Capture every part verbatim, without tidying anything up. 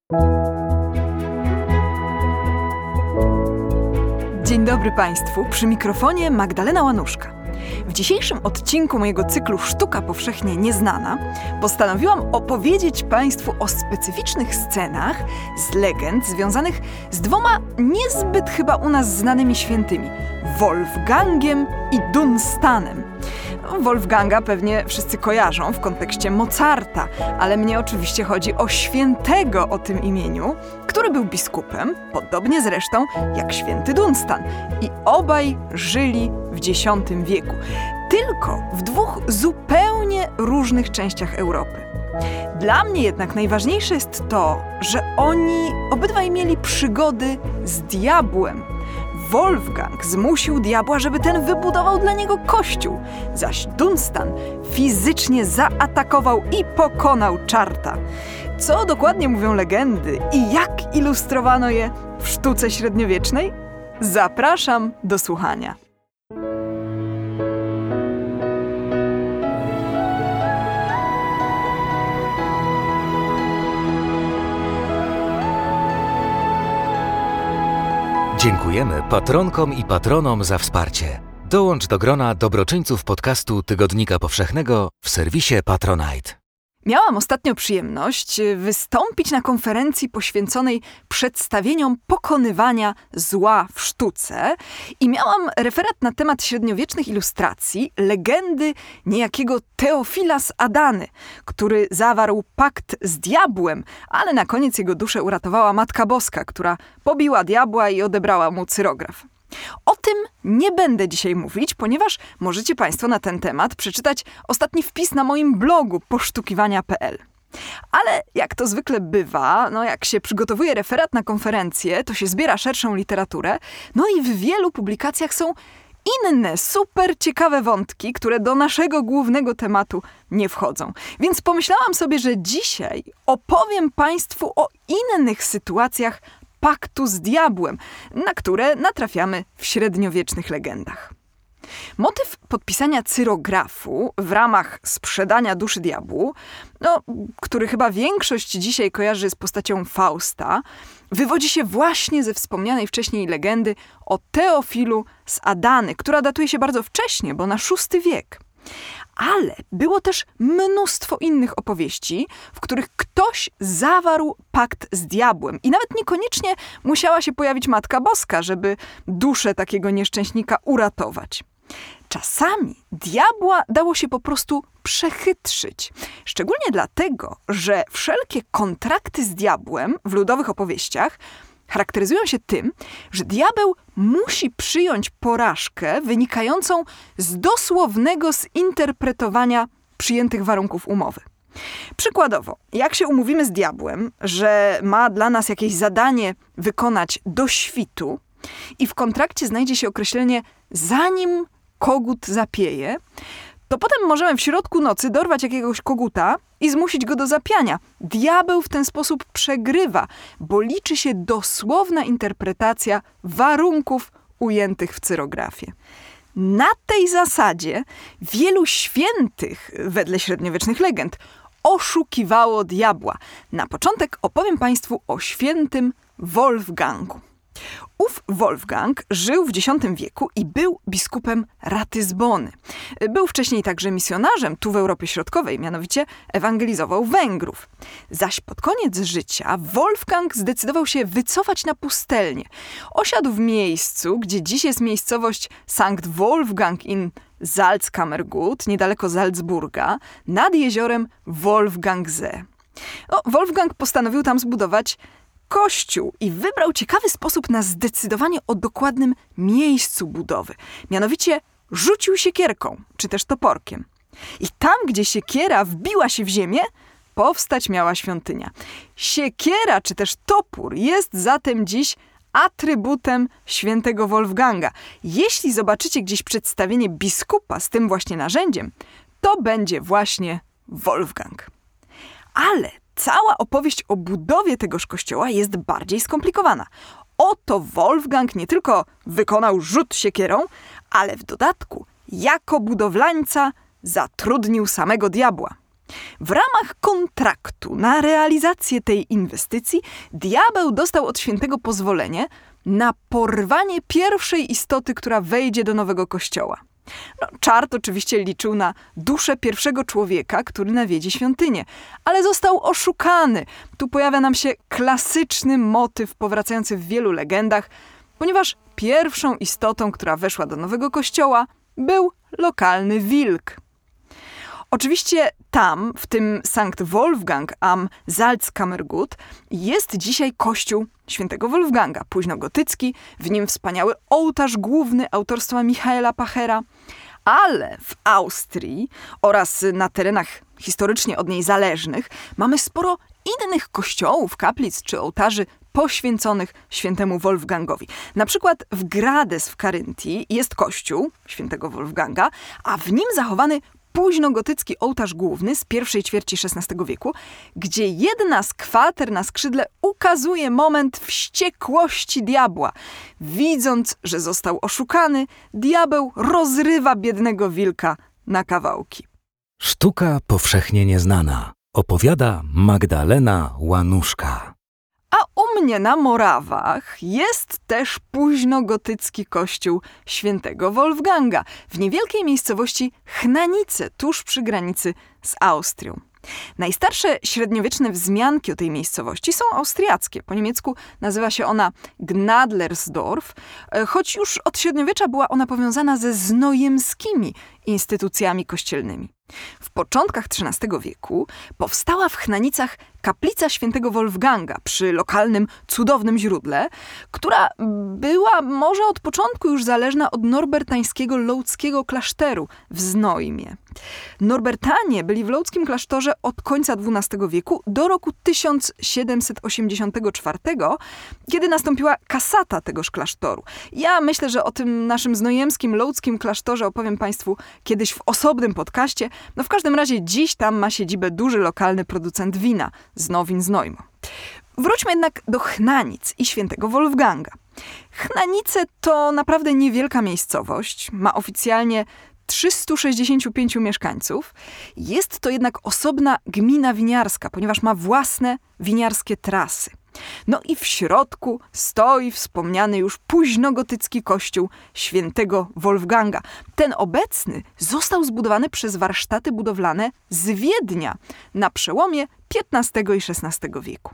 Dzień dobry Państwu, przy mikrofonie Magdalena Łanuszka. W dzisiejszym odcinku mojego cyklu Sztuka powszechnie nieznana postanowiłam opowiedzieć Państwu o specyficznych scenach z legend związanych z dwoma niezbyt chyba u nas znanymi świętymi – Wolfgangiem i Dunstanem. Wolfganga pewnie wszyscy kojarzą w kontekście Mozarta, ale mnie oczywiście chodzi o świętego o tym imieniu, który był biskupem, podobnie zresztą jak święty Dunstan. I obaj żyli w dziesiątym wieku, tylko w dwóch zupełnie różnych częściach Europy. Dla mnie jednak najważniejsze jest to, że oni obydwaj mieli przygody z diabłem. Wolfgang zmusił diabła, żeby ten wybudował dla niego kościół, zaś Dunstan fizycznie zaatakował i pokonał czarta. Co dokładnie mówią legendy i jak ilustrowano je w sztuce średniowiecznej? Zapraszam do słuchania. Dziękujemy patronkom i patronom za wsparcie. Dołącz do grona dobroczyńców podcastu Tygodnika Powszechnego w serwisie Patronite. Miałam ostatnio przyjemność wystąpić na konferencji poświęconej przedstawieniom pokonywania zła w sztuce i miałam referat na temat średniowiecznych ilustracji legendy niejakiego Teofila z Adany, który zawarł pakt z diabłem, ale na koniec jego duszę uratowała Matka Boska, która pobiła diabła i odebrała mu cyrograf. O tym nie będę dzisiaj mówić, ponieważ możecie Państwo na ten temat przeczytać ostatni wpis na moim blogu posztukiwania kropka p l. Ale jak to zwykle bywa, no jak się przygotowuje referat na konferencję, to się zbiera szerszą literaturę, no i w wielu publikacjach są inne, super ciekawe wątki, które do naszego głównego tematu nie wchodzą. Więc pomyślałam sobie, że dzisiaj opowiem Państwu o innych sytuacjach paktu z diabłem, na które natrafiamy w średniowiecznych legendach. Motyw podpisania cyrografu w ramach sprzedania duszy diabłu, no, który chyba większość dzisiaj kojarzy z postacią Fausta, wywodzi się właśnie ze wspomnianej wcześniej legendy o Teofilu z Adany, która datuje się bardzo wcześnie, bo na szósty wiek. Ale było też mnóstwo innych opowieści, w których ktoś zawarł pakt z diabłem i nawet niekoniecznie musiała się pojawić Matka Boska, żeby duszę takiego nieszczęśnika uratować. Czasami diabła dało się po prostu przechytrzyć. Szczególnie dlatego, że wszelkie kontrakty z diabłem w ludowych opowieściach charakteryzują się tym, że diabeł musi przyjąć porażkę wynikającą z dosłownego zinterpretowania przyjętych warunków umowy. Przykładowo, jak się umówimy z diabłem, że ma dla nas jakieś zadanie wykonać do świtu i w kontrakcie znajdzie się określenie zanim kogut zapieje, to potem możemy w środku nocy dorwać jakiegoś koguta i zmusić go do zapiania. Diabeł w ten sposób przegrywa, bo liczy się dosłowna interpretacja warunków ujętych w cyrografie. Na tej zasadzie wielu świętych, wedle średniowiecznych legend, oszukiwało diabła. Na początek opowiem Państwu o świętym Wolfgangu. Ów Wolfgang żył w dziesiątym wieku i był biskupem Ratyzbony. Był wcześniej także misjonarzem tu w Europie Środkowej, mianowicie ewangelizował Węgrów. Zaś pod koniec życia Wolfgang zdecydował się wycofać na pustelnię. Osiadł w miejscu, gdzie dziś jest miejscowość Sankt Wolfgang in Salzkammergut, niedaleko Salzburga, nad jeziorem Wolfgangsee. No, Wolfgang postanowił tam zbudować kościół i wybrał ciekawy sposób na zdecydowanie o dokładnym miejscu budowy. Mianowicie rzucił siekierką, czy też toporkiem. I tam, gdzie siekiera wbiła się w ziemię, powstać miała świątynia. Siekiera, czy też topór jest zatem dziś atrybutem świętego Wolfganga. Jeśli zobaczycie gdzieś przedstawienie biskupa z tym właśnie narzędziem, to będzie właśnie Wolfgang. Ale cała opowieść o budowie tegoż kościoła jest bardziej skomplikowana. Oto Wolfgang nie tylko wykonał rzut siekierą, ale w dodatku jako budowlańca zatrudnił samego diabła. W ramach kontraktu na realizację tej inwestycji diabeł dostał od świętego pozwolenie na porwanie pierwszej istoty, która wejdzie do nowego kościoła. No, czart oczywiście liczył na duszę pierwszego człowieka, który nawiedzi świątynię, ale został oszukany. Tu pojawia nam się klasyczny motyw powracający w wielu legendach, ponieważ pierwszą istotą, która weszła do nowego kościoła, był lokalny wilk. Oczywiście tam, w tym Sankt Wolfgang am Salzkammergut, jest dzisiaj kościół świętego Wolfganga, późnogotycki, w nim wspaniały ołtarz główny autorstwa Michaela Pachera, ale w Austrii oraz na terenach historycznie od niej zależnych mamy sporo innych kościołów, kaplic czy ołtarzy poświęconych świętemu Wolfgangowi. Na przykład w Grades w Karyntii jest kościół świętego Wolfganga, a w nim zachowany późnogotycki ołtarz główny z pierwszej ćwierci szesnastego wieku, gdzie jedna z kwater na skrzydle ukazuje moment wściekłości diabła. Widząc, że został oszukany, diabeł rozrywa biednego wilka na kawałki. Sztuka powszechnie nieznana. Opowiada Magdalena Łanuszka. A u mnie na Morawach jest też późnogotycki kościół świętego Wolfganga w niewielkiej miejscowości Chnanice, tuż przy granicy z Austrią. Najstarsze średniowieczne wzmianki o tej miejscowości są austriackie. Po niemiecku nazywa się ona Gnadlersdorf, choć już od średniowiecza była ona powiązana ze znojemskimi instytucjami kościelnymi. W początkach trzynastego wieku powstała w Chnanicach kaplica świętego Wolfganga przy lokalnym, cudownym źródle, która była może od początku już zależna od norbertańskiego lodzkiego klasztoru w Znojmie. Norbertanie byli w lodzkim klasztorze od końca dwunastego wieku do roku tysiąc siedemset osiemdziesiątego czwartego, kiedy nastąpiła kasata tegoż klasztoru. Ja myślę, że o tym naszym znojemskim, lodzkim klasztorze opowiem Państwu kiedyś w osobnym podcaście. No w każdym razie dziś tam ma siedzibę duży lokalny producent wina z Nowin Znojmo. Wróćmy jednak do Chnanic i świętego Wolfganga. Chnanice to naprawdę niewielka miejscowość, ma oficjalnie trzystu sześćdziesięciu pięciu mieszkańców. Jest to jednak osobna gmina winiarska, ponieważ ma własne winiarskie trasy. No i w środku stoi wspomniany już późnogotycki kościół świętego Wolfganga. Ten obecny został zbudowany przez warsztaty budowlane z Wiednia na przełomie piętnastego i szesnastego wieku.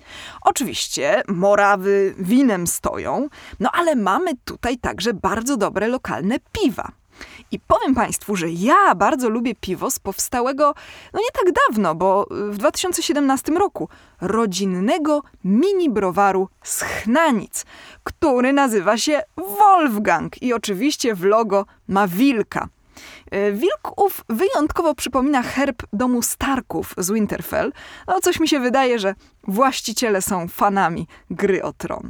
Oczywiście Morawy winem stoją, no ale mamy tutaj także bardzo dobre lokalne piwa. I powiem Państwu, że ja bardzo lubię piwo z powstałego, no nie tak dawno, bo w dwa tysiące siedemnastym roku, rodzinnego mini browaru z Chnanic, który nazywa się Wolfgang i oczywiście w logo ma wilka. Wilk ów wyjątkowo przypomina herb domu Starków z Winterfell. No coś mi się wydaje, że właściciele są fanami gry o tron.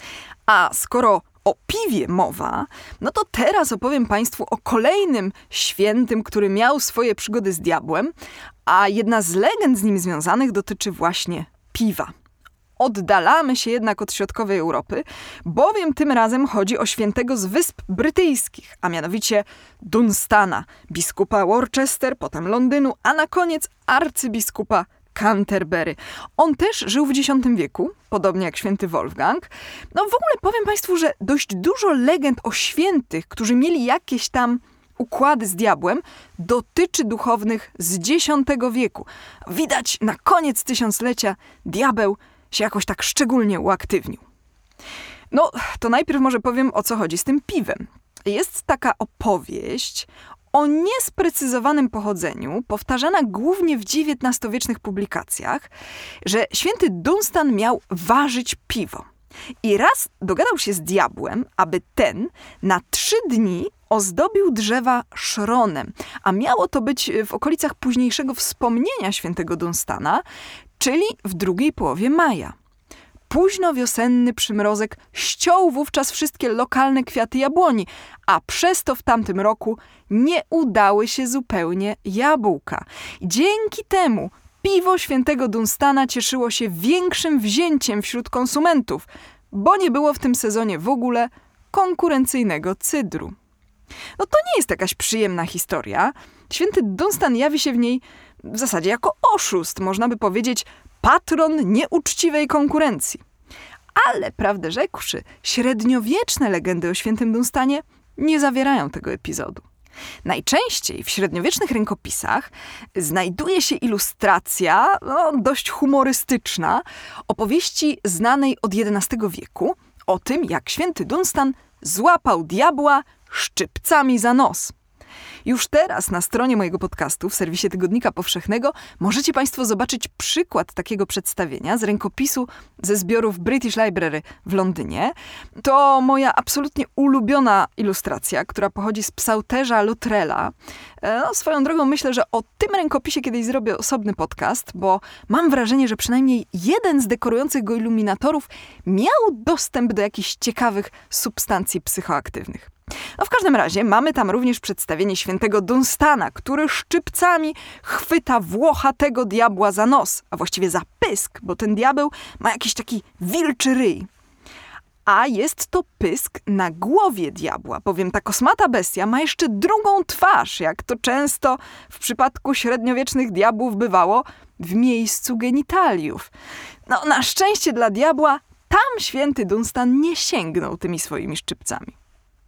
A skoro o piwie mowa, no to teraz opowiem Państwu o kolejnym świętym, który miał swoje przygody z diabłem, a jedna z legend z nim związanych dotyczy właśnie piwa. Oddalamy się jednak od środkowej Europy, bowiem tym razem chodzi o świętego z Wysp Brytyjskich, a mianowicie Dunstana, biskupa Worcester, potem Londynu, a na koniec arcybiskupa Canterbury. On też żył w dziesiątym wieku, podobnie jak święty Wolfgang. No w ogóle powiem Państwu, że dość dużo legend o świętych, którzy mieli jakieś tam układy z diabłem, dotyczy duchownych z dziesiątego wieku. Widać, na koniec tysiąclecia diabeł się jakoś tak szczególnie uaktywnił. No, to najpierw może powiem, o co chodzi z tym piwem. Jest taka opowieść o niesprecyzowanym pochodzeniu, powtarzana głównie w dziewiętnastowiecznych publikacjach, że święty Dunstan miał ważyć piwo. I raz dogadał się z diabłem, aby ten na trzy dni ozdobił drzewa szronem, a miało to być w okolicach późniejszego wspomnienia świętego Dunstana, czyli w drugiej połowie maja. Późno wiosenny przymrozek ściął wówczas wszystkie lokalne kwiaty jabłoni, a przez to w tamtym roku nie udały się zupełnie jabłka. Dzięki temu piwo świętego Dunstana cieszyło się większym wzięciem wśród konsumentów, bo nie było w tym sezonie w ogóle konkurencyjnego cydru. No to nie jest jakaś przyjemna historia. Święty Dunstan jawi się w niej w zasadzie jako oszust, można by powiedzieć patron nieuczciwej konkurencji. Ale prawdę rzekłszy, średniowieczne legendy o świętym Dunstanie nie zawierają tego epizodu. Najczęściej w średniowiecznych rękopisach znajduje się ilustracja, no, dość humorystyczna, opowieści znanej od jedenastego wieku o tym, jak święty Dunstan złapał diabła szczypcami za nos. Już teraz na stronie mojego podcastu w serwisie Tygodnika Powszechnego możecie Państwo zobaczyć przykład takiego przedstawienia z rękopisu ze zbiorów British Library w Londynie. To moja absolutnie ulubiona ilustracja, która pochodzi z psałterza Luttrella. No, swoją drogą myślę, że o tym rękopisie kiedyś zrobię osobny podcast, bo mam wrażenie, że przynajmniej jeden z dekorujących go iluminatorów miał dostęp do jakichś ciekawych substancji psychoaktywnych. No w każdym razie mamy tam również przedstawienie świętego Dunstana, który szczypcami chwyta włochatego diabła za nos, a właściwie za pysk, bo ten diabeł ma jakiś taki wilczy ryj. A jest to pysk na głowie diabła, bowiem ta kosmata bestia ma jeszcze drugą twarz, jak to często w przypadku średniowiecznych diabłów bywało, w miejscu genitaliów. No na szczęście dla diabła tam święty Dunstan nie sięgnął tymi swoimi szczypcami.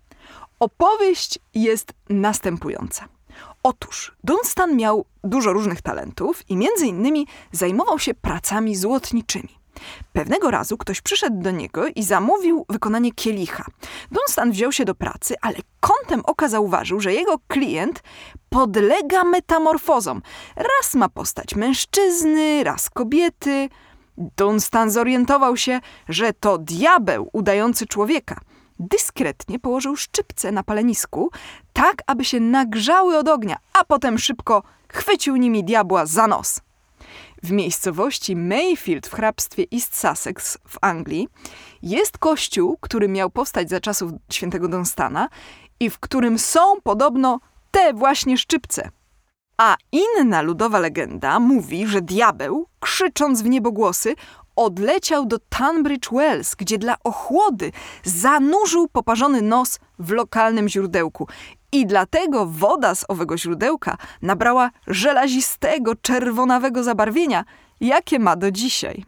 Opowieść jest następująca. Otóż Dunstan miał dużo różnych talentów i między innymi zajmował się pracami złotniczymi. Pewnego razu ktoś przyszedł do niego i zamówił wykonanie kielicha. Dunstan wziął się do pracy, ale kątem oka zauważył, że jego klient podlega metamorfozom. Raz ma postać mężczyzny, raz kobiety. Dunstan zorientował się, że to diabeł udający człowieka. Dyskretnie położył szczypce na palenisku, tak aby się nagrzały od ognia, a potem szybko chwycił nimi diabła za nos. W miejscowości Mayfield w hrabstwie East Sussex w Anglii jest kościół, który miał powstać za czasów świętego Dunstana i w którym są podobno te właśnie szczypce. A inna ludowa legenda mówi, że diabeł, krzycząc w niebogłosy, odleciał do Tunbridge Wells, gdzie dla ochłody zanurzył poparzony nos w lokalnym źródełku. I dlatego woda z owego źródełka nabrała żelazistego, czerwonawego zabarwienia, jakie ma do dzisiaj.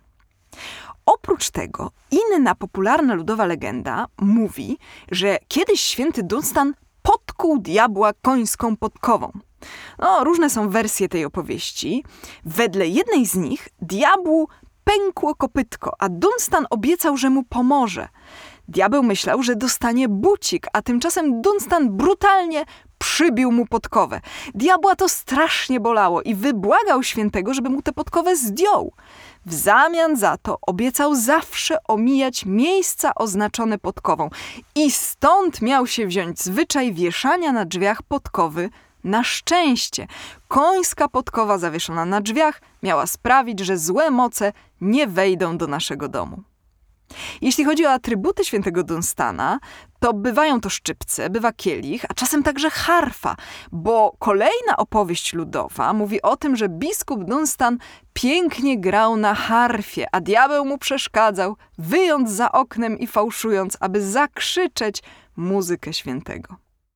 Oprócz tego inna popularna ludowa legenda mówi, że kiedyś święty Dunstan podkuł diabła końską podkową. No, różne są wersje tej opowieści. Wedle jednej z nich diabłu pękło kopytko, a Dunstan obiecał, że mu pomoże. Diabeł myślał, że dostanie bucik, a tymczasem Dunstan brutalnie przybił mu podkowę. Diabła to strasznie bolało i wybłagał świętego, żeby mu tę podkowę zdjął. W zamian za to obiecał zawsze omijać miejsca oznaczone podkową i stąd miał się wziąć zwyczaj wieszania na drzwiach podkowy na szczęście. Końska podkowa zawieszona na drzwiach miała sprawić, że złe moce nie wejdą do naszego domu. Jeśli chodzi o atrybuty świętego Dunstana, to bywają to szczypce, bywa kielich, a czasem także harfa, bo kolejna opowieść ludowa mówi o tym, że biskup Dunstan pięknie grał na harfie, a diabeł mu przeszkadzał, wyjąc za oknem i fałszując, aby zakrzyczeć muzykę świętego.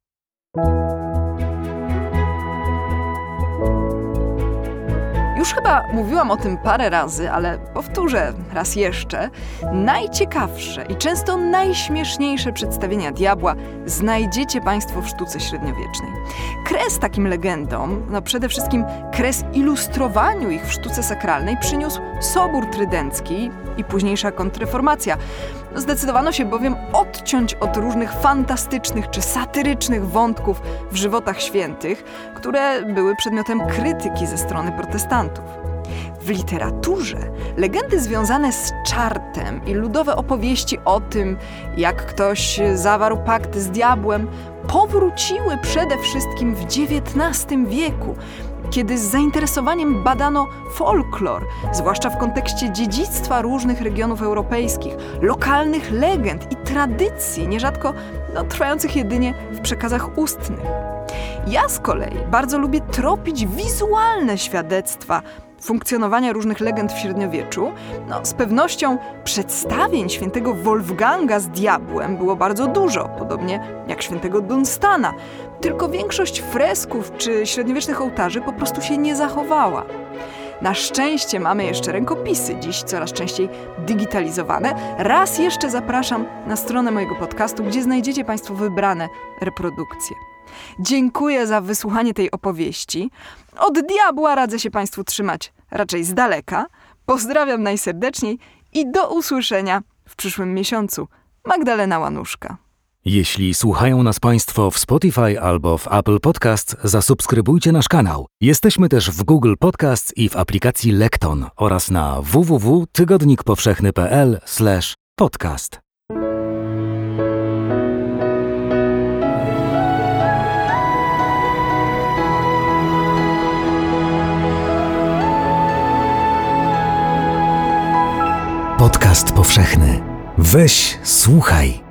Już chyba mówiłam o tym parę razy, ale powtórzę raz jeszcze. Najciekawsze i często najśmieszniejsze przedstawienia diabła znajdziecie Państwo w sztuce średniowiecznej. Kres takim legendom, no przede wszystkim kres ilustrowaniu ich w sztuce sakralnej przyniósł Sobór Trydencki i późniejsza kontrreformacja. Zdecydowano się bowiem odciąć od różnych fantastycznych czy satyrycznych wątków w żywotach świętych, które były przedmiotem krytyki ze strony protestantów. W literaturze legendy związane z czartem i ludowe opowieści o tym, jak ktoś zawarł pakt z diabłem, powróciły przede wszystkim w dziewiętnastym wieku, kiedy z zainteresowaniem badano folklor, zwłaszcza w kontekście dziedzictwa różnych regionów europejskich, lokalnych legend i tradycji, nierzadko no, trwających jedynie w przekazach ustnych. Ja z kolei bardzo lubię tropić wizualne świadectwa funkcjonowania różnych legend w średniowieczu, no z pewnością przedstawień świętego Wolfganga z diabłem było bardzo dużo, podobnie jak świętego Dunstana. Tylko większość fresków czy średniowiecznych ołtarzy po prostu się nie zachowała. Na szczęście mamy jeszcze rękopisy, dziś coraz częściej digitalizowane. Raz jeszcze zapraszam na stronę mojego podcastu, gdzie znajdziecie Państwo wybrane reprodukcje. Dziękuję za wysłuchanie tej opowieści. Od diabła radzę się Państwu trzymać raczej z daleka. Pozdrawiam najserdeczniej i do usłyszenia w przyszłym miesiącu. Magdalena Łanuszka. Jeśli słuchają nas Państwo w Spotify albo w Apple Podcasts, zasubskrybujcie nasz kanał. Jesteśmy też w Google Podcasts i w aplikacji Lekton oraz na w w w kropka tygodnik powszechny kropka p l slash podcast. Podcast powszechny. Weź, słuchaj.